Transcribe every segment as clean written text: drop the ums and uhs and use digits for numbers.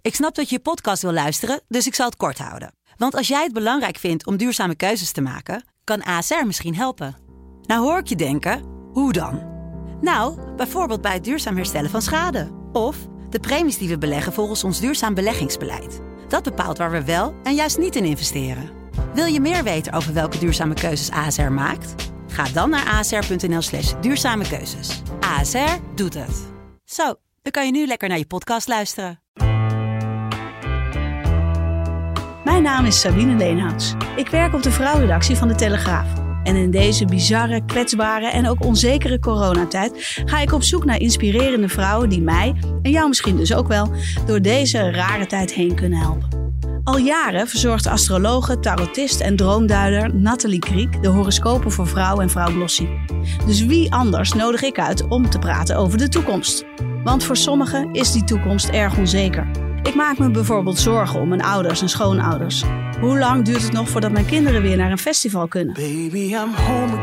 Ik snap dat je podcast wil luisteren, dus ik zal het kort houden. Want als jij het belangrijk vindt om duurzame keuzes te maken, kan ASR misschien helpen. Nou hoor ik je denken, hoe dan? Nou, bijvoorbeeld bij het duurzaam herstellen van schade. Of de premies die we beleggen volgens ons duurzaam beleggingsbeleid. Dat bepaalt waar we wel en juist niet in investeren. Wil je meer weten over welke duurzame keuzes ASR maakt? Ga dan naar asr.nl/duurzame keuzes. ASR doet het. Zo, dan kan je nu lekker naar je podcast luisteren. Mijn naam is Sabine Leenhouts. Ik werk op de vrouwenredactie van De Telegraaf. En in deze bizarre, kwetsbare en ook onzekere coronatijd ga ik op zoek naar inspirerende vrouwen die mij, en jou misschien dus ook wel, door deze rare tijd heen kunnen helpen. Al jaren verzorgt astrologe, tarotist en droomduider Nathalie Kriek de horoscopen voor vrouw en vrouw Glossy. Dus wie anders nodig ik uit om te praten over de toekomst? Want voor sommigen is die toekomst erg onzeker. Ik maak me bijvoorbeeld zorgen om mijn ouders en schoonouders. Hoe lang duurt het nog voordat mijn kinderen weer naar een festival kunnen? Baby, I'm home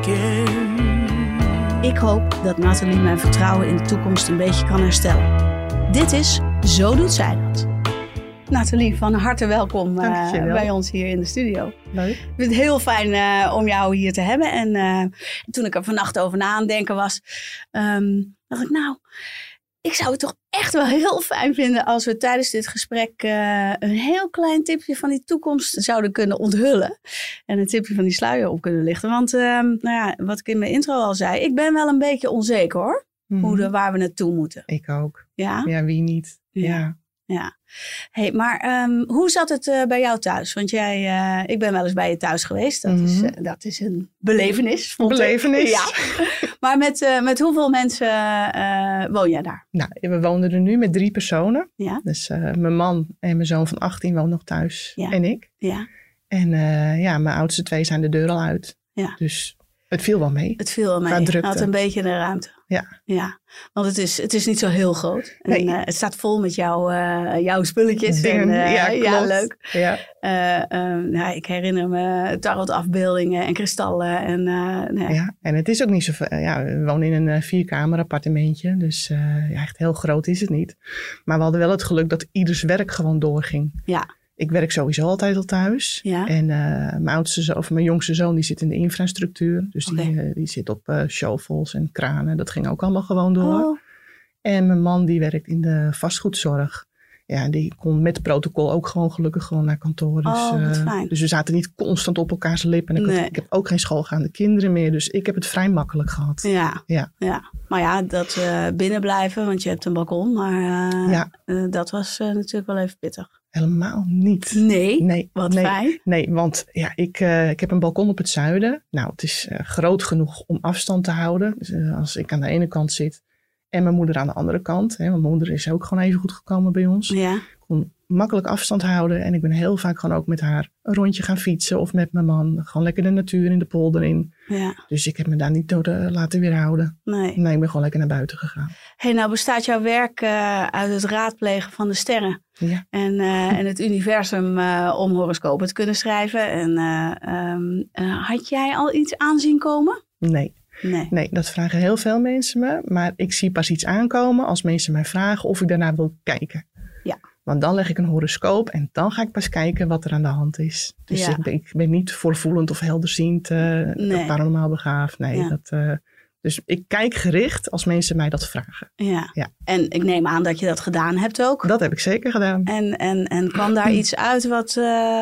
again. Ik hoop dat Nathalie mijn vertrouwen in de toekomst een beetje kan herstellen. Dit is Zo doet zij dat. Nathalie, van harte welkom bij ons hier in de studio. Leuk. Ik vind het heel fijn om jou hier te hebben. En toen ik er vannacht over na aan het denken was, dacht ik ik zou het toch echt wel heel fijn vinden als we tijdens dit gesprek een heel klein tipje van die toekomst zouden kunnen onthullen. En een tipje van die sluier op kunnen lichten. Want wat ik in mijn intro al zei, ik ben wel een beetje onzeker hoor. Mm-hmm. Waar we naartoe moeten. Ik ook. Ja? Ja, wie niet? Ja. Hey, maar hoe zat het bij jou thuis? Want ik ben wel eens bij je thuis geweest. Dat is een belevenis. Een belevenis? Ja. Maar met hoeveel mensen woon jij daar? Nou, we woonden er nu met 3 personen. Ja. Dus mijn man en mijn zoon van 18 wonen nog thuis. Ja. En ik. Ja. En mijn oudste 2 zijn de deur al uit. Ja. Dus het viel wel mee. Het viel wel mee. Qua drukte. Had een beetje de ruimte. Ja. Want het is niet zo heel groot. Nee. En het staat vol met jouw spulletjes. Dingen, Ja, leuk. Ja. Ik herinner me tarotafbeeldingen en kristallen. Ja, en het is ook niet zo veel. Ja, we wonen in een 4-kamer appartementje. Dus echt heel groot is het niet. Maar we hadden wel het geluk dat ieders werk gewoon doorging. Ja. Ik werk sowieso altijd al thuis. Ja. En mijn jongste zoon die zit in de infrastructuur. Dus die zit op shovels en kranen. Dat ging ook allemaal gewoon door. Oh. En mijn man die werkt in de vastgoedzorg. Ja, die kon met protocol ook gelukkig naar kantoor. Dus, wat fijn. Dus we zaten niet constant op elkaars lippen. En ik heb ook geen schoolgaande kinderen meer. Dus ik heb het vrij makkelijk gehad. Ja. Maar ja, dat binnen blijven, want je hebt een balkon. Maar dat was natuurlijk wel even pittig. Helemaal niet. Nee? Wat fijn. Nee, want ik heb een balkon op het zuiden. Nou, het is groot genoeg om afstand te houden. Dus, als ik aan de ene kant zit en mijn moeder aan de andere kant. Hè, want mijn moeder is ook gewoon even goed gekomen bij ons. Ja. Ik kon makkelijk afstand houden. En ik ben heel vaak gewoon ook met haar een rondje gaan fietsen. Of met mijn man. Gewoon lekker de natuur in de polder in. Ja. Dus ik heb me daar niet door laten weerhouden. Nee, ik ben gewoon lekker naar buiten gegaan. Hey, nou bestaat jouw werk uit het raadplegen van de sterren. Ja. En het universum om horoscopen te kunnen schrijven. Had jij al iets aanzien komen? Nee, dat vragen heel veel mensen me. Maar ik zie pas iets aankomen als mensen mij vragen of ik daarnaar wil kijken. Ja. Want dan leg ik een horoscoop en dan ga ik pas kijken wat er aan de hand is. Dus ik ben niet voorvoelend of helderziend, paranormaal begaafd. Dus ik kijk gericht als mensen mij dat vragen. Ja. En ik neem aan dat je dat gedaan hebt ook. Dat heb ik zeker gedaan. En kwam daar iets uit wat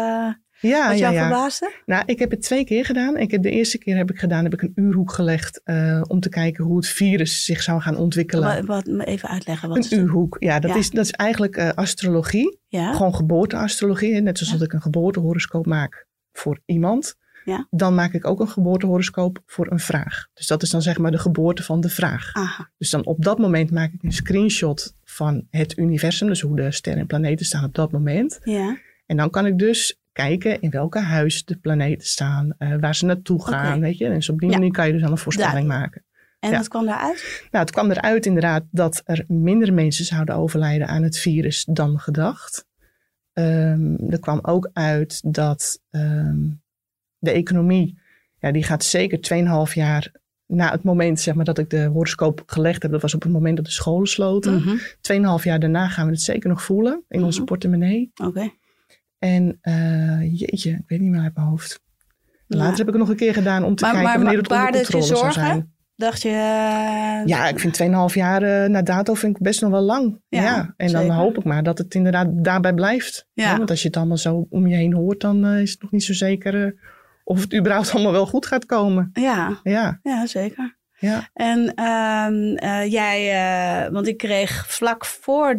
jou verbaasde? Nou, ik heb het 2 keer gedaan. De eerste keer heb ik een uurhoek gelegd om te kijken hoe het virus zich zou gaan ontwikkelen. Even uitleggen. Een uurhoek, dat is eigenlijk astrologie. Ja? Gewoon geboorteastrologie. Net zoals dat ik een geboortehoroscoop maak voor iemand. Ja. Dan maak ik ook een geboortehoroscoop voor een vraag. Dus dat is dan zeg maar de geboorte van de vraag. Aha. Dus dan op dat moment maak ik een screenshot van het universum. Dus hoe de sterren en planeten staan op dat moment. Ja. En dan kan ik dus kijken in welke huis de planeten staan. Waar ze naartoe gaan. Weet je? En dus op die manier kan je dus dan een voorspelling maken. En wat kwam daaruit? Nou, het kwam eruit inderdaad dat er minder mensen zouden overlijden aan het virus dan gedacht. Er kwam ook uit dat de economie, die gaat zeker 2,5 jaar na het moment zeg maar, dat ik de horoscoop gelegd heb, dat was op het moment dat de scholen sloten. Mm-hmm. 2,5 jaar daarna gaan we het zeker nog voelen in onze portemonnee. Oké. En jeetje, ik weet niet meer uit mijn hoofd. Later heb ik het nog een keer gedaan om te kijken wanneer het onder controle zou zijn. Dacht je... Ja, ik vind 2,5 jaar na dato vind ik best nog wel lang. Ja, en dan hoop ik maar dat het inderdaad daarbij blijft. Ja. Want als je het allemaal zo om je heen hoort, dan is het nog niet zo zeker of het überhaupt allemaal wel goed gaat komen. Ja, zeker. Ja. En jij, want ik kreeg vlak voor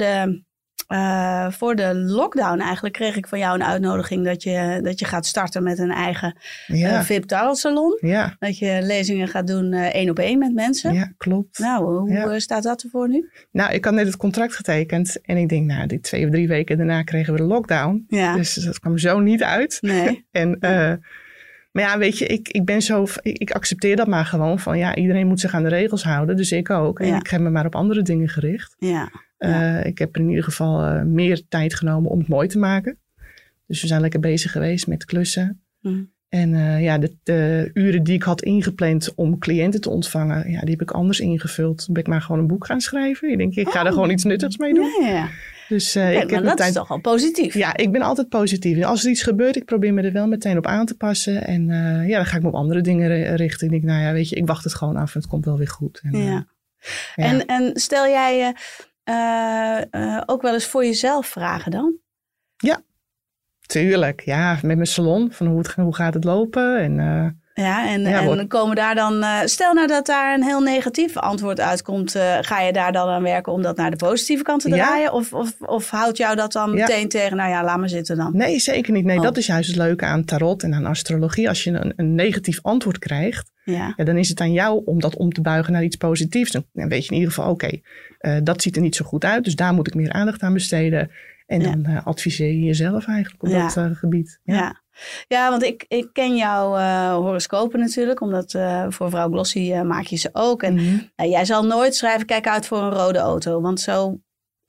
de lockdown eigenlijk kreeg ik van jou een uitnodiging dat je gaat starten met een eigen VIP Tarot Salon. Ja. Dat je lezingen gaat doen 1-op-1 met mensen. Ja, klopt. Nou, hoe staat dat ervoor nu? Nou, ik had net het contract getekend en ik denk, die 2 of 3 weken daarna kregen we de lockdown. Ja. Dus dat kwam zo niet uit. Nee. En, maar ja, weet je, ik accepteer dat maar gewoon van iedereen moet zich aan de regels houden. Dus ik ook. En ik heb me maar op andere dingen gericht. Ja. Ik heb er in ieder geval meer tijd genomen om het mooi te maken. Dus we zijn lekker bezig geweest met klussen. En de uren die ik had ingepland om cliënten te ontvangen, die heb ik anders ingevuld. Dan ben ik maar gewoon een boek gaan schrijven. Ik denk, ik ga er gewoon iets nuttigs mee doen. Ja. Dus, maar dat is toch wel positief? Ja, ik ben altijd positief. En als er iets gebeurt, ik probeer me er wel meteen op aan te passen. En dan ga ik me op andere dingen richten. Ik denk, weet je, ik wacht het gewoon af en het komt wel weer goed. En, en stel jij ook wel eens voor jezelf vragen dan? Ja, tuurlijk. Ja, met mijn salon. Van hoe gaat het lopen? En en komen daar dan... stel nou dat daar een heel negatief antwoord uitkomt. Ga je daar dan aan werken om dat naar de positieve kant te draaien? Of houdt jou dat dan meteen tegen... laat maar zitten dan? Nee, zeker niet. Nee, dat is juist het leuke aan tarot en aan astrologie. Als je een negatief antwoord krijgt... dan is het aan jou om dat om te buigen naar iets positiefs. Dan weet je in ieder geval, dat ziet er niet zo goed uit. Dus daar moet ik meer aandacht aan besteden. En dan adviseer je jezelf eigenlijk op dat gebied. Ja, want ik ken jouw horoscopen natuurlijk. Omdat voor vrouw Glossy maak je ze ook. En jij zal nooit schrijven, kijk uit voor een rode auto. Want zo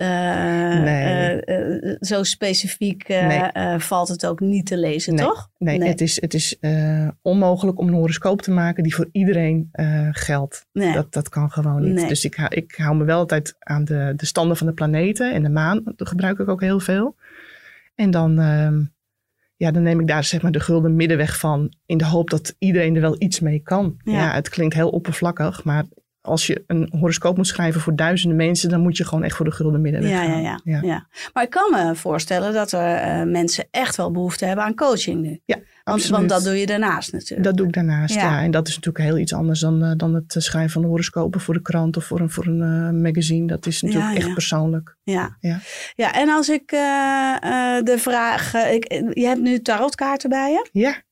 zo specifiek valt het ook niet te lezen, toch? Nee, het is onmogelijk om een horoscoop te maken die voor iedereen geldt. Nee. Dat kan gewoon niet. Nee. Dus ik hou me wel altijd aan de standen van de planeten en de maan. Dat gebruik ik ook heel veel. En dan neem ik daar zeg maar de gulden middenweg van. In de hoop dat iedereen er wel iets mee kan. Ja, het klinkt heel oppervlakkig, maar als je een horoscoop moet schrijven voor duizenden mensen, dan moet je gewoon echt voor de gulden middenweg gaan. Ja. Maar ik kan me voorstellen dat er mensen echt wel behoefte hebben aan coaching nu. Ja, want dat doe je daarnaast natuurlijk. Dat doe ik daarnaast, ja. En dat is natuurlijk heel iets anders dan het schrijven van de horoscopen voor de krant of voor een magazine. Dat is natuurlijk echt persoonlijk. Ja, en als ik de vraag... je hebt nu tarotkaarten bij je. Ja.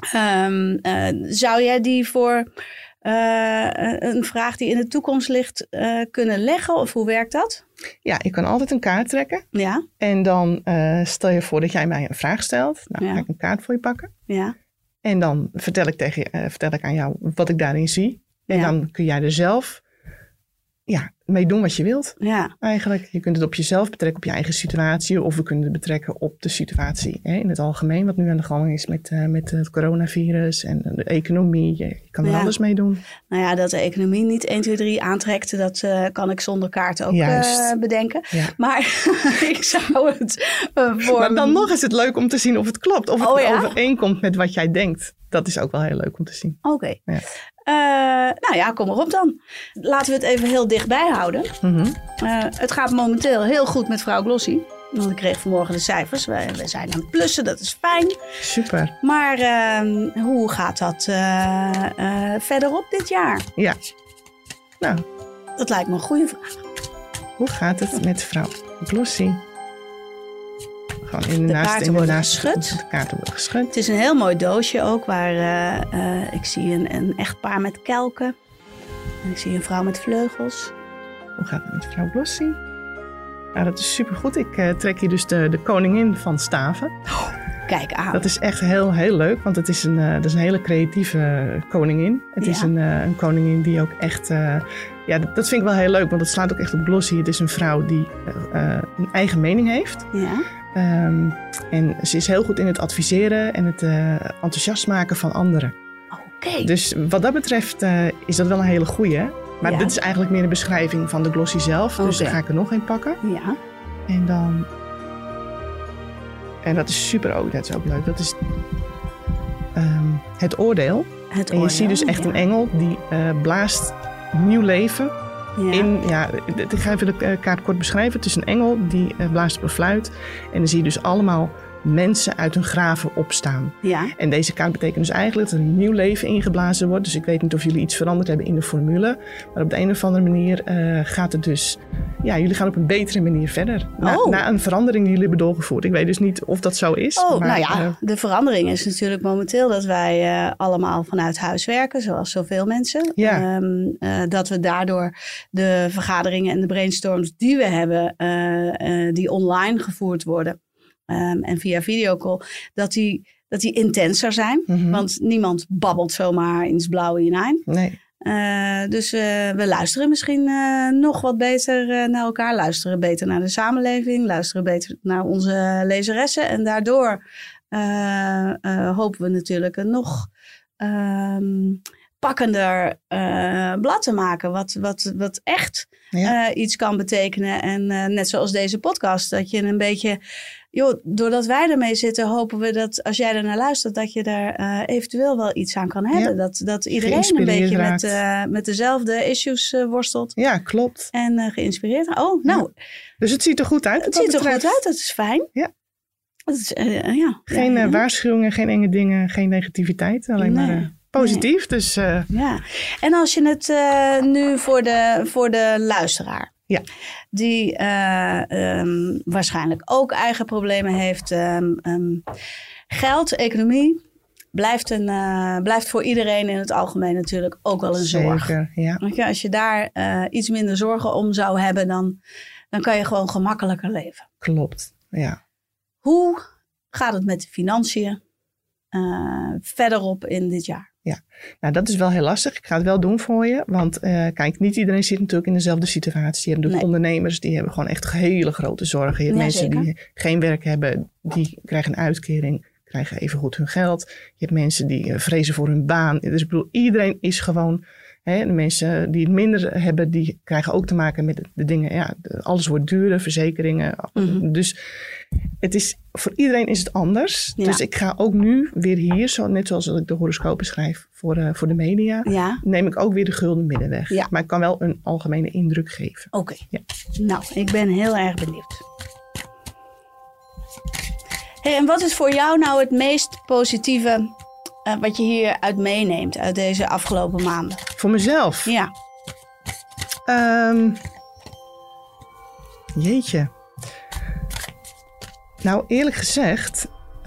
Zou jij die voor... een vraag die in de toekomst ligt kunnen leggen? Of hoe werkt dat? Ja, ik kan altijd een kaart trekken. Ja. En dan stel je voor dat jij mij een vraag stelt. Nou, ga ik een kaart voor je pakken. Ja. En dan vertel ik aan jou wat ik daarin zie. En dan kun jij er zelf mee doen wat je wilt. Ja. Eigenlijk. Je kunt het op jezelf betrekken, op je eigen situatie. Of we kunnen het betrekken op de situatie in het algemeen. Wat nu aan de gang is met het coronavirus en de economie. Je kan er alles mee doen. Nou ja, dat de economie niet 1, 2, 3 aantrekt. Dat kan ik zonder kaarten ook bedenken. Ja. Maar ik zou het Maar dan nog is het leuk om te zien of het klopt. Of het overeenkomt met wat jij denkt. Dat is ook wel heel leuk om te zien. Oké. Ja. Kom erop dan. Laten we het even heel dichtbij houden. Mm-hmm. Het gaat momenteel heel goed met vrouw Glossy. Want ik kreeg vanmorgen de cijfers. We zijn aan het plussen, dat is fijn. Super. Maar hoe gaat dat verderop dit jaar? Ja. Nou. Dat lijkt me een goede vraag. Hoe gaat het met vrouw Glossy? De kaarten worden geschud. De kaarten worden geschud. Het is een heel mooi doosje ook, waar ik zie een echtpaar met kelken. En ik zie een vrouw met vleugels. Hoe gaat het met vrouw Glossy? Nou, dat is supergoed. Ik trek hier dus de koningin van staven. Oh, kijk aan. Dat is echt heel, heel leuk, want dat is een hele creatieve koningin. Het is een koningin die ook echt... dat vind ik wel heel leuk, want het slaat ook echt op Glossy. Het is een vrouw die een eigen mening heeft. Ja. En ze is heel goed in het adviseren en het enthousiast maken van anderen. Oh. Okay. Dus wat dat betreft is dat wel een hele goeie. Maar dit is eigenlijk meer een beschrijving van de glossy zelf. Dus dan ga ik er nog een pakken. Ja. En dan... En dat is super ook, dat is ook leuk. Dat is het oordeel. En je ziet dus echt een engel die blaast nieuw leven. Ja. Ik ga even de kaart kort beschrijven. Het is een engel die blaast op een fluit. En dan zie je dus allemaal mensen uit hun graven opstaan. Ja. En deze kaart betekent dus eigenlijk dat er een nieuw leven ingeblazen wordt. Dus ik weet niet of jullie iets veranderd hebben in de formule. Maar op de een of andere manier gaat het dus... Ja, jullie gaan op een betere manier verder. Na een verandering die jullie hebben doorgevoerd. Ik weet dus niet of dat zo is. De verandering is natuurlijk momenteel dat wij allemaal vanuit huis werken. Zoals zoveel mensen. Ja. Dat we daardoor de vergaderingen en de brainstorms die we hebben... die online gevoerd worden... en via videocall, dat die intenser zijn. Mm-hmm. Want niemand babbelt zomaar in het blauwe hinein. Nee. Dus we luisteren misschien nog wat beter naar elkaar. Luisteren beter naar de samenleving. Luisteren beter naar onze lezeressen. En daardoor hopen we natuurlijk een nog pakkender blad te maken. Wat echt iets kan betekenen. En net zoals deze podcast, dat je een beetje... doordat wij ermee zitten, hopen we dat als jij er naar luistert, dat je daar eventueel wel iets aan kan hebben. Ja. Dat iedereen een beetje met dezelfde issues worstelt. Ja, klopt. En geïnspireerd. Dus het ziet er goed uit. Het ziet er goed uit, dat is fijn. Ja. Dat is, geen waarschuwingen, geen enge dingen, geen negativiteit. Alleen maar positief. Nee. Dus, Ja. En als je het nu voor de luisteraar... Ja. Die waarschijnlijk ook eigen problemen heeft. Geld, economie blijft voor iedereen in het algemeen natuurlijk ook wel een zorg. Zeker, ja. Als je daar iets minder zorgen om zou hebben, dan kan je gewoon gemakkelijker leven. Klopt, ja. Hoe gaat het met de financiën verderop in dit jaar? Ja, nou dat is wel heel lastig. Ik ga het wel doen voor je. Want kijk, niet iedereen zit natuurlijk in dezelfde situatie. Je hebt natuurlijk ondernemers, die hebben gewoon echt hele grote zorgen. Je hebt mensen die geen werk hebben, die krijgen een uitkering, krijgen even goed hun geld. Je hebt mensen die vrezen voor hun baan. Dus ik bedoel, iedereen is gewoon... de mensen die het minder hebben, die krijgen ook te maken met de dingen. Ja, alles wordt duurder, verzekeringen. Mm-hmm. Dus voor iedereen is het anders. Ja. Dus ik ga ook nu weer hier, net zoals ik de horoscopen schrijf voor de media, neem ik ook weer de gulden middenweg. Ja. Maar ik kan wel een algemene indruk geven. Oké. Ja. Nou, ik ben heel erg benieuwd. Hey, en wat is voor jou nou het meest positieve... wat je hieruit meeneemt uit deze afgelopen maanden? Voor mezelf? Ja. Jeetje. Nou, eerlijk gezegd...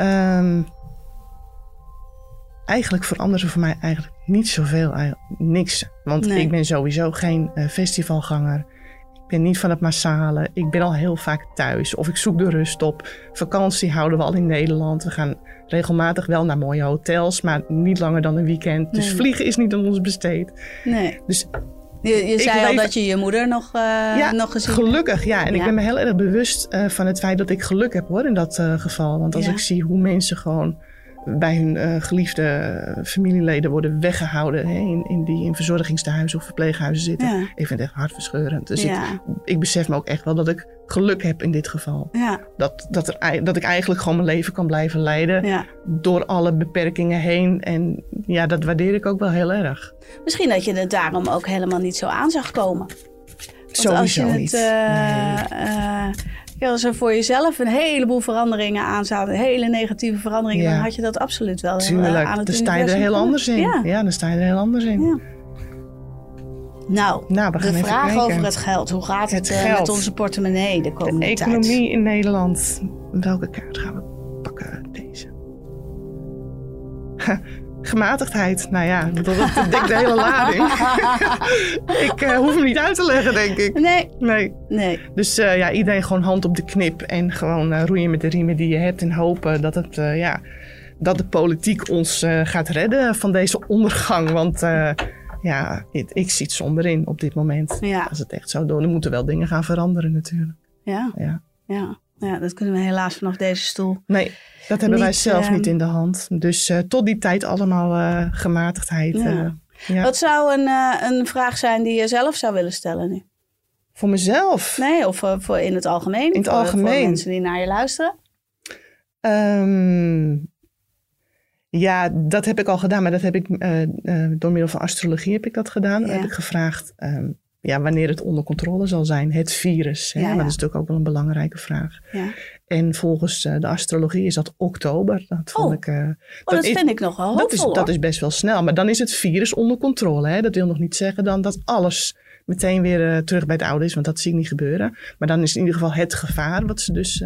eigenlijk veranderen voor mij eigenlijk niet zoveel. Niks. Want ik ben sowieso geen festivalganger. Ik ben niet van het massale. Ik ben al heel vaak thuis. Of ik zoek de rust op. Vakantie houden we al in Nederland. We gaan regelmatig wel naar mooie hotels. Maar niet langer dan een weekend. Dus vliegen is niet aan ons besteed. Nee. Dus je zei al dat je je moeder nog gezien hebt. Gelukkig, ja. En ik ben me heel erg bewust van het feit dat ik geluk heb hoor in dat geval. Want als ik zie hoe mensen gewoon bij hun geliefde familieleden worden weggehouden. Die in verzorgingstehuizen of verpleeghuizen zitten. Ja. Ik vind het echt hartverscheurend. Dus ik besef me ook echt wel dat ik geluk heb in dit geval. Ja. Dat ik eigenlijk gewoon mijn leven kan blijven leiden. Door alle beperkingen heen. En ja, dat waardeer ik ook wel heel erg. Misschien dat je het daarom ook helemaal niet zo aan zag komen. Want sowieso niet. Als er voor jezelf een heleboel veranderingen aan zaten, hele negatieve veranderingen, dan had je dat absoluut wel tuurlijk, aan het dan sta je er heel anders in. Ja, dan sta je er heel anders in. Ja. Nou, de vraag over het geld. Hoe gaat het met onze portemonnee de komende tijd? De economie in Nederland. Welke kaart gaan we pakken? Deze. Gematigdheid. Nou ja, dat dekt de hele lading. Ik hoef hem niet uit te leggen, denk ik. Nee. Dus iedereen gewoon hand op de knip. En gewoon roeien met de riemen die je hebt. En hopen dat dat de politiek ons gaat redden van deze ondergang. Want ik zie het somber in op dit moment. Ja. Als het echt zo door, dan moeten wel dingen gaan veranderen natuurlijk. Ja. Ja, dat kunnen we helaas vanaf deze stoel. Nee, dat hebben wij zelf niet in de hand. Dus tot die tijd allemaal gematigdheid. Ja. Wat zou een vraag zijn die je zelf zou willen stellen nu? Voor mezelf? Nee, of voor in het algemeen. In het algemeen. Voor mensen die naar je luisteren. Ja, dat heb ik al gedaan. Maar dat heb ik door middel van astrologie heb ik dat gedaan. Dan heb ik gevraagd wanneer het onder controle zal zijn. Het virus. Hè? Dat is natuurlijk ook wel een belangrijke vraag. Ja. En volgens de astrologie is dat oktober. Dat vind ik nog wel hoopvol. Dat is best wel snel. Maar dan is het virus onder controle. Hè? Dat wil nog niet zeggen dan dat alles meteen weer terug bij het oude is. Want dat zie ik niet gebeuren. Maar dan is in ieder geval het gevaar wat ze dus...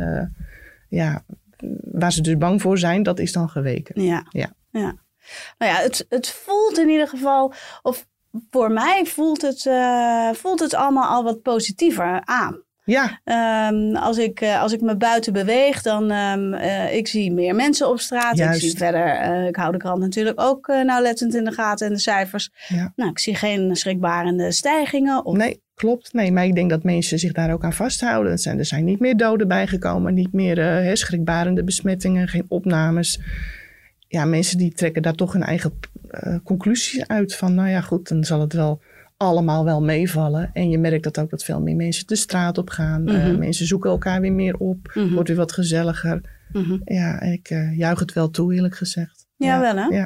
waar ze dus bang voor zijn, dat is dan geweken. Ja. Nou ja, het voelt in ieder geval... Of voor mij voelt het allemaal al wat positiever aan. Ja. Als ik me buiten beweeg, dan ik zie meer mensen op straat. Juist. Ik zie verder, ik hou de krant natuurlijk ook nauwlettend in de gaten en de cijfers. Ja. Nou, ik zie geen schrikbarende stijgingen. Nee, klopt. Nee, maar ik denk dat mensen zich daar ook aan vasthouden. Er zijn niet meer doden bijgekomen, niet meer schrikbarende besmettingen, geen opnames. Ja, mensen die trekken daar toch hun eigen conclusies uit van, nou ja, goed, dan zal het wel allemaal wel meevallen. En je merkt dat ook dat veel meer mensen de straat op gaan. Mensen zoeken elkaar weer meer op. Wordt weer wat gezelliger. Ja, en ik juich het wel toe, eerlijk gezegd. Ja, wel hè?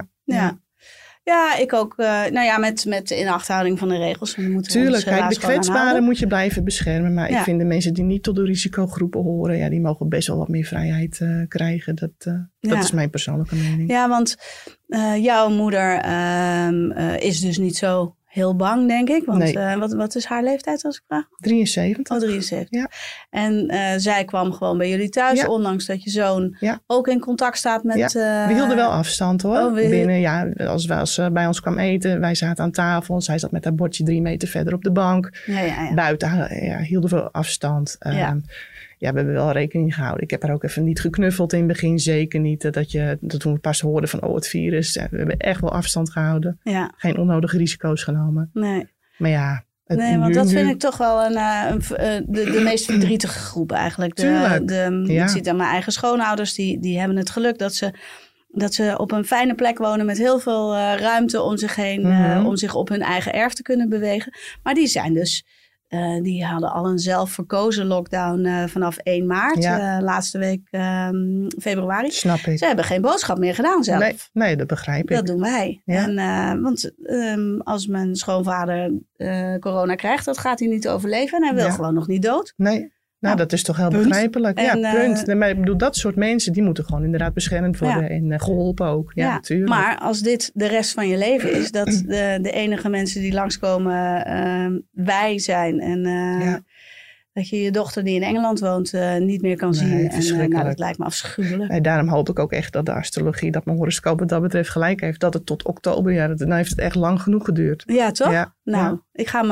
Ja, ik ook. Met de inachthouding van de regels. Tuurlijk, kijk, de kwetsbaren moet je blijven beschermen. Maar ik vind de mensen die niet tot de risicogroepen horen... die mogen best wel wat meer vrijheid krijgen. Dat is mijn persoonlijke mening. Ja, want jouw moeder is dus niet zo heel bang, denk ik. Want nee. Wat is haar leeftijd, als ik vraag? 73. Oh, 73. Ja. En zij kwam gewoon bij jullie thuis, ondanks dat je zoon ook in contact staat met... We hielden wel afstand, hoor. Binnen, als ze bij ons kwam eten, wij zaten aan tafel. Zij zat met haar bordje 3 meter verder op de bank. Buiten hielden we afstand. We hebben wel rekening gehouden. Ik heb haar ook even niet geknuffeld in het begin. Zeker niet dat toen we pas hoorden van het virus. We hebben echt wel afstand gehouden. Ja. Geen onnodige risico's genomen. Nee. Maar ja. Want dat vind ik toch wel de meest verdrietige groep eigenlijk. Ik zie het aan mijn eigen schoonouders. Die hebben het geluk dat ze op een fijne plek wonen met heel veel ruimte om zich heen. Om zich op hun eigen erf te kunnen bewegen. Maar die zijn dus... die hadden al een zelfverkozen lockdown vanaf 1 maart, laatste week februari. Snap ik. Ze hebben geen boodschap meer gedaan zelf. Nee, dat begrijp ik. Dat doen wij. Ja. Want als mijn schoonvader corona krijgt, dat gaat hij niet overleven. En hij wil gewoon nog niet dood. Nee. Nou, dat is toch heel begrijpelijk. Punt. Maar ik bedoel, dat soort mensen, die moeten gewoon inderdaad beschermd worden en geholpen ook. Ja, natuurlijk. Maar als dit de rest van je leven is, dat de enige mensen die langskomen wij zijn. En dat je je dochter die in Engeland woont niet meer kan zien. En dat lijkt me afschuwelijk. Daarom hoop ik ook echt dat de astrologie, dat mijn horoscoop wat dat betreft gelijk heeft. Dat het tot oktober, dan heeft het echt lang genoeg geduurd. Ja, toch? Ja. Nou, ik ga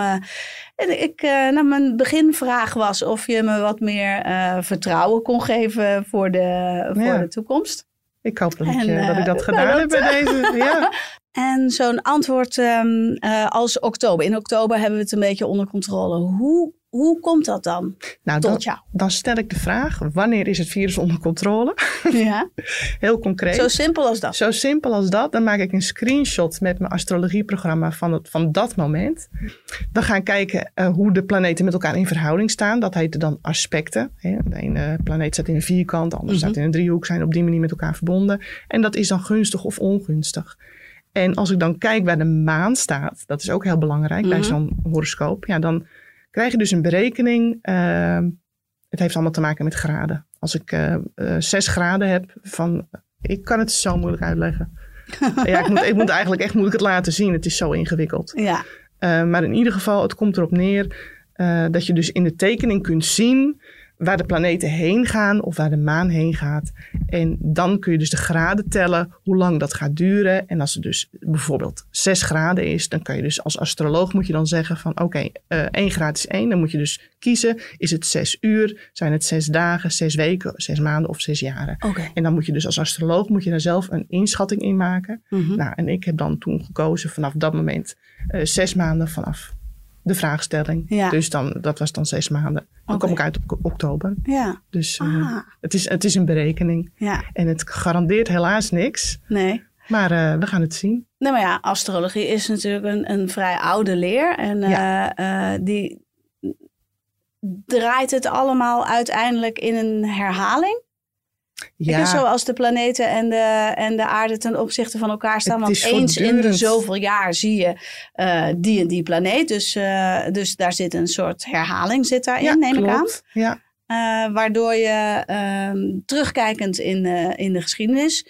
mijn beginvraag was of je me wat meer vertrouwen kon geven voor de toekomst. Ik hoop dat ik dat gedaan heb bij deze. Ja. En zo'n antwoord als oktober. In oktober hebben we het een beetje onder controle. Hoe komt dat dan tot jou? Dan stel ik de vraag, wanneer is het virus onder controle? Ja. Heel concreet. Zo simpel als dat. Zo simpel als dat. Dan maak ik een screenshot met mijn astrologieprogramma van dat moment. Dan gaan kijken hoe de planeten met elkaar in verhouding staan. Dat heet dan aspecten. De ene planeet staat in een vierkant, de andere staat in een driehoek. Zijn op die manier met elkaar verbonden. En dat is dan gunstig of ongunstig. En als ik dan kijk waar de maan staat, dat is ook heel belangrijk bij zo'n horoscoop. Ja, dan krijg je dus een berekening. Het heeft allemaal te maken met graden. Als ik 6 graden heb ik kan het zo moeilijk uitleggen. Ik moet eigenlijk echt het laten zien. Het is zo ingewikkeld. Ja. Maar in ieder geval, het komt erop neer dat je dus in de tekening kunt zien waar de planeten heen gaan of waar de maan heen gaat. En dan kun je dus de graden tellen hoe lang dat gaat duren. En als het dus bijvoorbeeld 6 graden is, dan kan je dus als astroloog moet je dan zeggen van oké, 1 graad is 1. Dan moet je dus kiezen, is het 6 uur, zijn het 6 dagen, 6 weken, 6 maanden of 6 jaren. Okay. En dan moet je dus als astroloog daar zelf een inschatting in maken. Nou, en ik heb dan toen gekozen vanaf dat moment 6 maanden vanaf de vraagstelling. Ja. Dus dat was dan 6 maanden. Dan kom ik uit op oktober. Ja. Dus het is een berekening. Ja. En het garandeert helaas niks. Nee. Maar we gaan het zien. Nou, maar ja, astrologie is natuurlijk een vrij oude leer. En die draait het allemaal uiteindelijk in een herhaling. Ja. Zoals de planeten en de aarde ten opzichte van elkaar staan. Want eens in de zoveel jaar zie je die en die planeet. Dus daar zit een soort herhaling daarin, neem ik aan. Ja. Waardoor je terugkijkend in de geschiedenis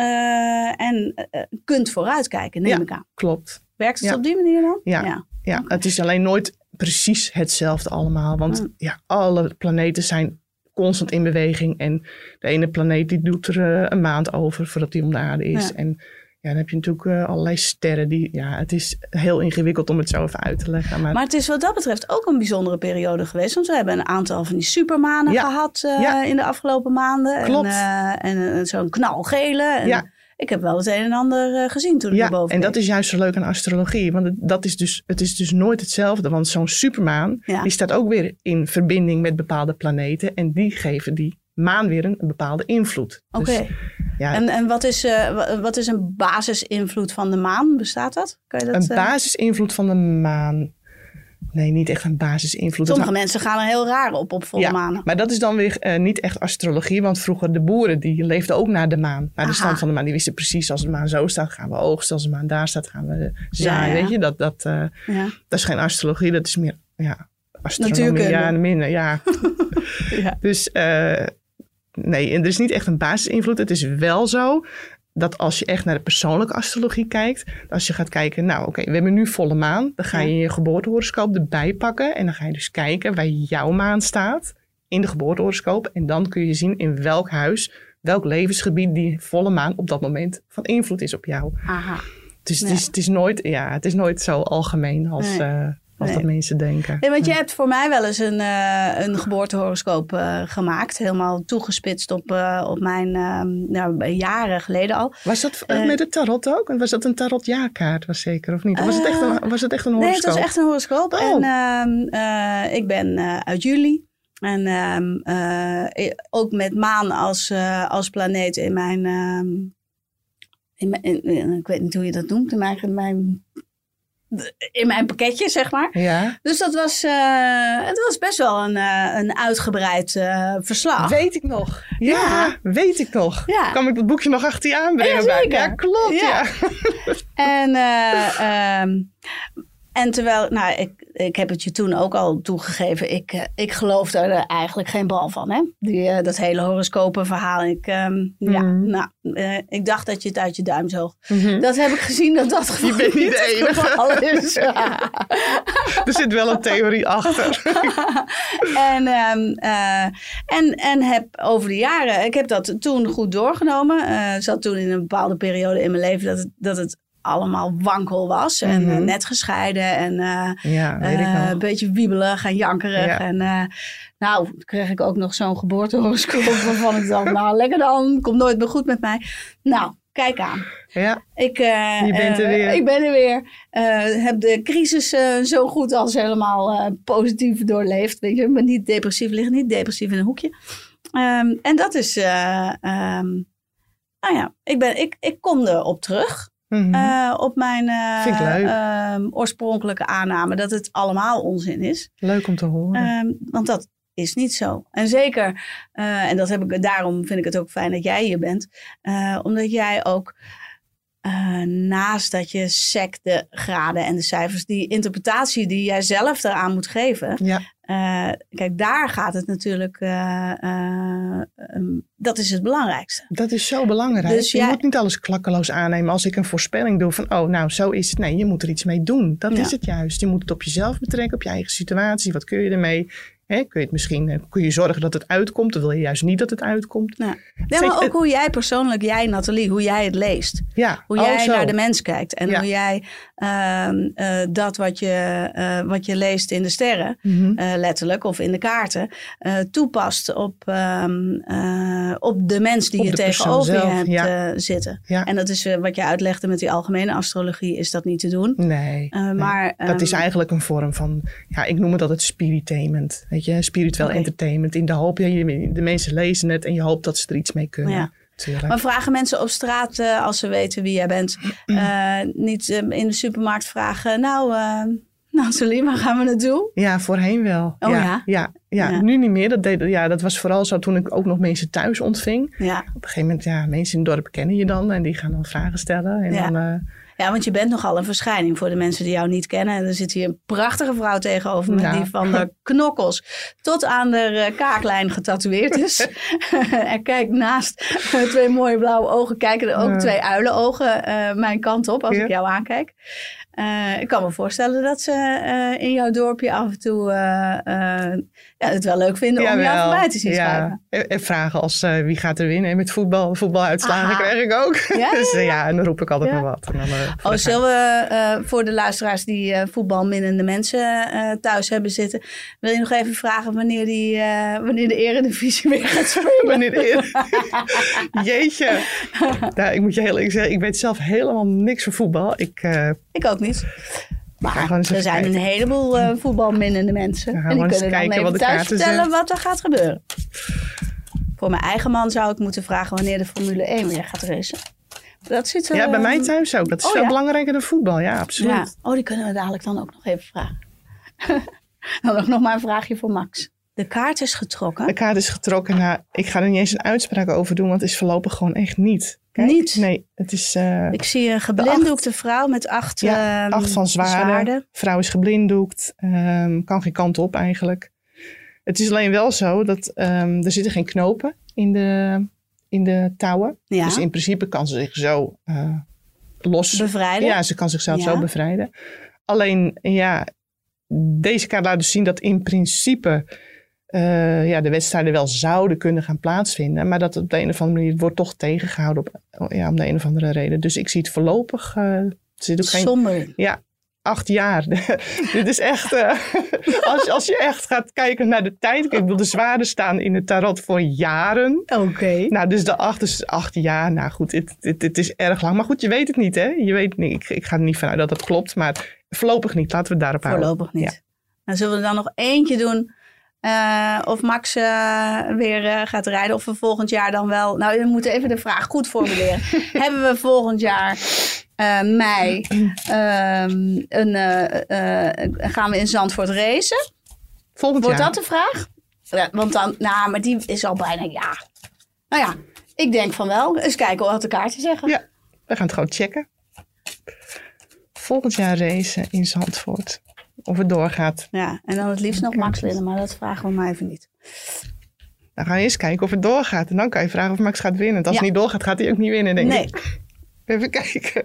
kunt vooruitkijken, neem ik aan. Klopt. Werkt het op die manier dan? Ja. Okay. Het is alleen nooit precies hetzelfde allemaal. Want alle planeten zijn constant in beweging. En de ene planeet die doet er een maand over voordat die om de aarde is. Ja. En dan heb je natuurlijk allerlei sterren. Het is heel ingewikkeld om het zo even uit te leggen. Maar het is wat dat betreft ook een bijzondere periode geweest. Want we hebben een aantal van die supermanen gehad in de afgelopen maanden. Klopt. En zo'n knalgele. En ik heb wel het een en ander gezien toen ik erboven keek. En dat is juist zo leuk aan astrologie. Want het is dus nooit hetzelfde. Want zo'n supermaan die staat ook weer in verbinding met bepaalde planeten. En die geven die maan weer een bepaalde invloed. Oké. Dus, en wat is een basisinvloed van de maan? Bestaat dat? Kan je dat een basisinvloed van de maan? Nee, niet echt een basisinvloed. Sommige mensen gaan er heel raar op volle manen. Maar dat is dan weer niet echt astrologie. Want vroeger de boeren die leefden ook naar de maan. Naar de stand van de maan. Die wisten precies als de maan zo staat gaan we oogsten. Als de maan daar staat gaan we zaaien. Weet je, dat is geen astrologie. Dat is meer astronomie. Natuurkunde. Minder. Ja. Dus nee, er is niet echt een basisinvloed. Het is wel zo dat als je echt naar de persoonlijke astrologie kijkt. Als je gaat kijken, we hebben nu volle maan. Dan ga je je geboortehoroscoop erbij pakken. En dan ga je dus kijken waar jouw maan staat in de geboortehoroscoop. En dan kun je zien in welk huis, welk levensgebied die volle maan op dat moment van invloed is op jou. Aha. Dus het is nooit zo algemeen als dat mensen denken. Nee, want je hebt voor mij wel eens een geboortehoroscoop gemaakt. Helemaal toegespitst op mijn jaren geleden al. Was dat met de tarot ook? En was dat een tarotjaarkaart? Was zeker of niet? Of was het echt een horoscoop? Nee, het was echt een horoscoop. Oh. En ik ben uit juli. En ook met maan als planeet in mijn... ik weet niet hoe je dat noemt. In mijn pakketje, zeg maar. Ja. Dus dat was, het was best wel een uitgebreid verslag. Weet ik nog. Ja, weet ik nog. Ja. Kan ik dat boekje nog achter je aanbrengen? Ja, zeker. Ja, klopt. Ja. En terwijl, ik heb het je toen ook al toegegeven. Ik geloof daar eigenlijk geen bal van. Hè? Dat hele horoscopenverhaal. Ik dacht dat je het uit je duim zoog. Mm-hmm. Dat heb ik gezien dat gewoon je bent niet de enige. Is. Er zit wel een theorie achter. En heb over de jaren... Ik heb dat toen goed doorgenomen. Zat toen in een bepaalde periode in mijn leven dat het allemaal wankel was. En net gescheiden. En een beetje wiebelig en jankerig. Ja. En toen kreeg ik ook nog zo'n geboortehoroscoop waarvan ik dacht, lekker dan. Komt nooit meer goed met mij. Nou, kijk aan. Ja, je bent er weer. Ik ben er weer. Heb de crisis zo goed als helemaal positief doorleefd. Weet je, maar niet depressief liggen. Niet depressief in een hoekje. En dat is... ik kom erop terug. Mm-hmm. Op mijn oorspronkelijke aanname dat het allemaal onzin is. Leuk om te horen. Want dat is niet zo. En zeker, en daarom vind ik het ook fijn dat jij hier bent. Omdat jij ook naast dat je de graden en de cijfers, die interpretatie die jij zelf eraan moet geven. Ja. Kijk, daar gaat het natuurlijk, dat is het belangrijkste. Dat is zo belangrijk. Dus je moet niet alles klakkeloos aannemen als ik een voorspelling doe van, zo is het. Nee, je moet er iets mee doen. Dat is het juist. Je moet het op jezelf betrekken, op je eigen situatie. Wat kun je ermee? Kun je zorgen dat het uitkomt? Of wil je juist niet dat het uitkomt? Ja. Maar ook hoe jij persoonlijk, Nathalie, hoe jij het leest. Ja, hoe jij naar de mens kijkt. En hoe jij dat wat je leest in de sterren, letterlijk, of in de kaarten, toepast op de mens die je tegenover je hebt zitten. Ja. En dat is wat je uitlegde met die algemene astrologie, is dat niet te doen. Nee. Maar dat is eigenlijk een vorm van, ik noem het altijd spiritainment. Weet je, spiritueel entertainment. In de hoop, de mensen lezen het en je hoopt dat ze er iets mee kunnen. Ja. Maar vragen mensen op straat, als ze weten wie jij bent, niet in de supermarkt vragen, Saline, waar gaan we naartoe? Ja, voorheen wel. Ja. Nu niet meer. Dat was vooral zo toen ik ook nog mensen thuis ontving. Ja. Op een gegeven moment, mensen in het dorp kennen je dan en die gaan dan vragen stellen. En dan, ja, want je bent nogal een verschijning voor de mensen die jou niet kennen. En er zit hier een prachtige vrouw tegenover me die van de knokkels tot aan de kaaklijn getatoeëerd is. En kijkt naast 2 mooie blauwe ogen, kijken er ook 2 uilenogen mijn kant op als ik jou aankijk. Ik kan me voorstellen dat ze in jouw dorpje af en toe het wel leuk vinden om jou voorbij te zien schrijven. En vragen als wie gaat er winnen. En met voetbaluitslagen krijg ik ook. Ja, dus en dan roep ik altijd maar wat. En dan, zullen we voor de luisteraars die voetbalminnende mensen thuis hebben zitten, wil je nog even vragen wanneer de Eredivisie weer gaat spelen? Jeetje. Ik moet je heel eerlijk zeggen, ik weet zelf helemaal niks van voetbal. Ik ook niet. Maar er zijn een heleboel voetbalminnende mensen. En die kunnen dan even thuis vertellen wat er gaat gebeuren. Voor mijn eigen man zou ik moeten vragen wanneer de Formule 1 weer gaat racen. Dat zit er, bij mij thuis ook. Dat is veel belangrijker dan voetbal. Ja, absoluut. Ja. Die kunnen we dadelijk dan ook nog even vragen. Dan ook nog maar een vraagje voor Max. De kaart is getrokken. De kaart is getrokken. Nou, ik ga er niet eens een uitspraak over doen, want het is voorlopig gewoon echt niet. Kijk, niet? Nee, het is... ik zie een geblinddoekte vrouw met 8 8 van zwaarden. Vrouw is geblinddoekt. Kan geen kant op eigenlijk. Het is alleen wel zo dat er zitten geen knopen in de touwen. Ja. Dus in principe kan ze zich zo los... bevrijden? Ja, ze kan zichzelf zo bevrijden. Alleen, deze kaart laat dus zien dat in principe de wedstrijden wel zouden kunnen gaan plaatsvinden. Maar dat op de een of andere manier wordt toch tegengehouden om de een of andere reden. Dus ik zie het voorlopig... zit ook somber. 8 jaar. Dit is echt... als je echt gaat kijken naar de tijd. Ik bedoel, de zwaarden staan in het tarot voor jaren. Oké. Nou, dus de 8 is 8 jaar. Nou goed, het is erg lang. Maar goed, je weet het niet, hè? Je weet niet. Ik ga er niet vanuit dat dat klopt. Maar voorlopig niet. Laten we het daarop houden. Voorlopig niet. Ja. Nou, zullen we er dan nog eentje doen... of Max weer gaat rijden. Of we volgend jaar dan wel... Nou, we moeten even de vraag goed formuleren. Hebben we volgend jaar... mei gaan we in Zandvoort racen? Volgend jaar. Wordt dat de vraag? Ja, want dan, maar die is al bijna Nou ja, ik denk van wel. Eens kijken wat de kaarten zeggen. Ja, we gaan het gewoon checken. Volgend jaar racen in Zandvoort. Of het doorgaat. Ja, en dan het liefst nog Max winnen, maar dat vragen we maar even niet. Dan gaan we eerst kijken of het doorgaat. En dan kan je vragen of Max gaat winnen. Als het niet doorgaat, gaat hij ook niet winnen, denk ik. Even kijken.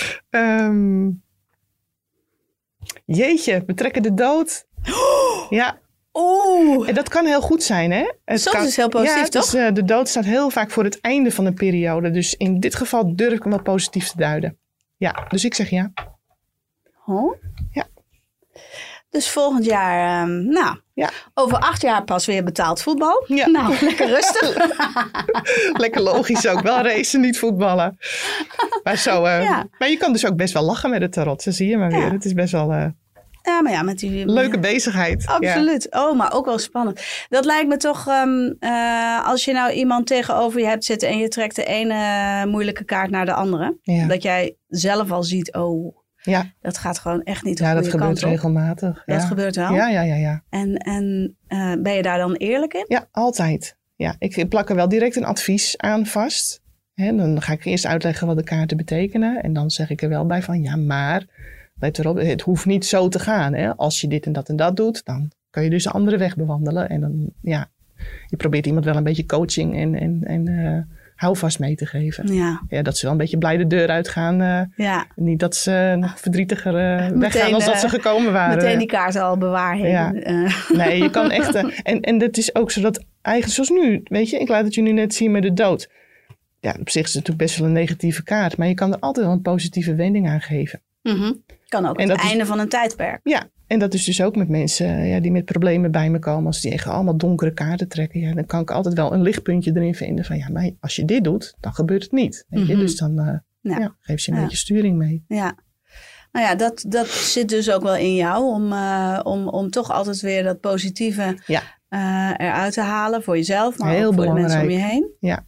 Jeetje, we trekken de dood. Ja. Oeh. En dat kan heel goed zijn, hè? Soms is heel positief, toch? Dus, de dood staat heel vaak voor het einde van een periode. Dus in dit geval durf ik hem wel positief te duiden. Ja, dus ik zeg ja. Oh? Ja. Dus volgend jaar, over 8 jaar pas weer betaald voetbal. Ja. Nou, lekker rustig. Lekker logisch ook. Wel racen, niet voetballen. Maar zo, maar je kan dus ook best wel lachen met het tarot. Zo zie je maar weer. Ja. Het is best wel... met die... leuke bezigheid. Absoluut. Ja. Oh, maar ook wel spannend. Dat lijkt me toch, als je nou iemand tegenover je hebt zitten en je trekt de ene moeilijke kaart naar de andere. Ja. Dat jij zelf al ziet, dat gaat gewoon echt niet de goede kant op. Ja, dat gebeurt regelmatig. Dat gebeurt wel? Ja. En ben je daar dan eerlijk in? Ja, altijd. Ja, ik plak er wel direct een advies aan vast. En dan ga ik eerst uitleggen wat de kaarten betekenen. En dan zeg ik er wel bij van, maar... Let erop, het hoeft niet zo te gaan. Hè? Als je dit en dat doet, dan kun je dus een andere weg bewandelen. En dan, je probeert iemand wel een beetje coaching en houvast mee te geven. Ja, dat ze wel een beetje blij de deur uitgaan. Niet dat ze nog verdrietiger weggaan als dat ze gekomen waren. Meteen die kaarten al bewaarheden. Ja. Nee, je kan echt... en dat is ook zo dat eigenlijk zoals nu, weet je, ik laat het je nu net zien met de dood. Ja, op zich is het natuurlijk best wel een negatieve kaart. Maar je kan er altijd wel een positieve wending aan geven. Mm-hmm. Kan ook het einde van een tijdperk. Ja, En dat is dus ook met mensen die met problemen bij me komen. Als die echt allemaal donkere kaarten trekken. Dan kan ik altijd wel een lichtpuntje erin vinden. Van maar als je dit doet, dan gebeurt het niet. Weet je? Dus dan geef je een beetje sturing mee. Ja. Nou ja, dat zit dus ook wel in jou. Om toch altijd weer dat positieve eruit te halen. Voor jezelf, maar heel ook voor belangrijk. de mensen om je heen. Ja.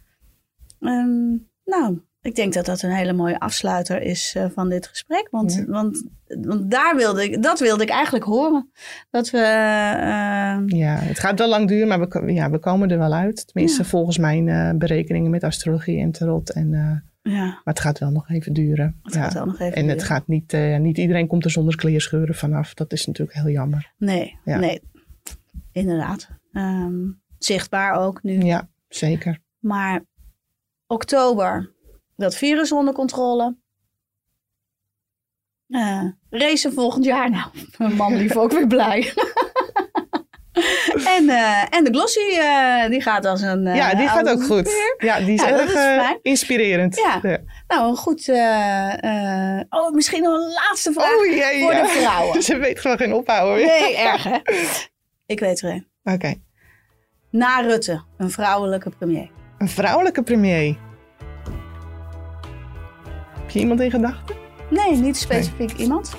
Ik denk dat een hele mooie afsluiter is van dit gesprek. Want dat wilde ik eigenlijk horen. Dat we... het gaat wel lang duren, maar we komen er wel uit. Tenminste, volgens mijn berekeningen met astrologie en tarot. Maar het gaat wel nog even duren. Het gaat niet iedereen komt er zonder kleerscheuren vanaf. Dat is natuurlijk heel jammer. Nee, inderdaad. Zichtbaar ook nu. Ja, zeker. Maar oktober... Dat virus onder controle. Racen volgend jaar. Nou, mijn man lief ook weer blij. en de glossy, die gaat als een... die gaat ook goed. Weer. Ja, die is erg inspirerend. Ja. Nou, goed. Misschien nog een laatste vraag voor de vrouwen. Ze weet gewoon geen ophouden. Nee, erg hè. Ik weet er een. Oké. Na Rutte, een vrouwelijke premier. Een vrouwelijke premier? Heb je iemand in gedachten? Nee, niet specifiek iemand.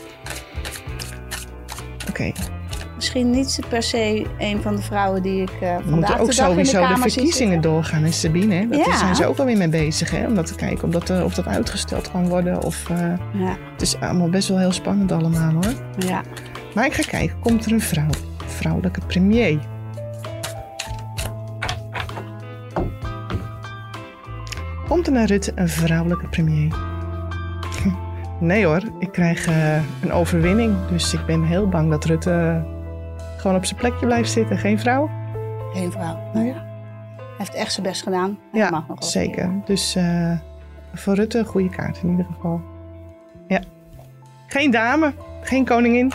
Oké. Misschien niet per se een van de vrouwen die ik vandaag de dag ook sowieso de verkiezingen doorgaan. En Sabine, hè? Daar zijn ze ook alweer mee bezig. Hè? Om dat te kijken of dat uitgesteld kan worden. Het is allemaal best wel heel spannend allemaal hoor. Ja. Maar ik ga kijken, komt er een vrouwelijke premier? Komt er naar Rutte een vrouwelijke premier? Nee hoor, ik krijg een overwinning. Dus ik ben heel bang dat Rutte gewoon op zijn plekje blijft zitten. Geen vrouw? Geen vrouw, nou ja. Hij heeft echt zijn best gedaan. Ja, mag nog zeker. Dus voor Rutte een goede kaart in ieder geval. Ja. Geen dame, geen koningin.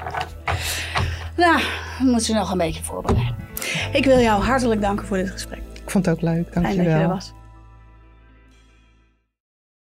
Nou, we moeten ze nog een beetje voorbereiden. Ik wil jou hartelijk danken voor dit gesprek. Ik vond het ook leuk, dank je wel. Fijn dat je er was.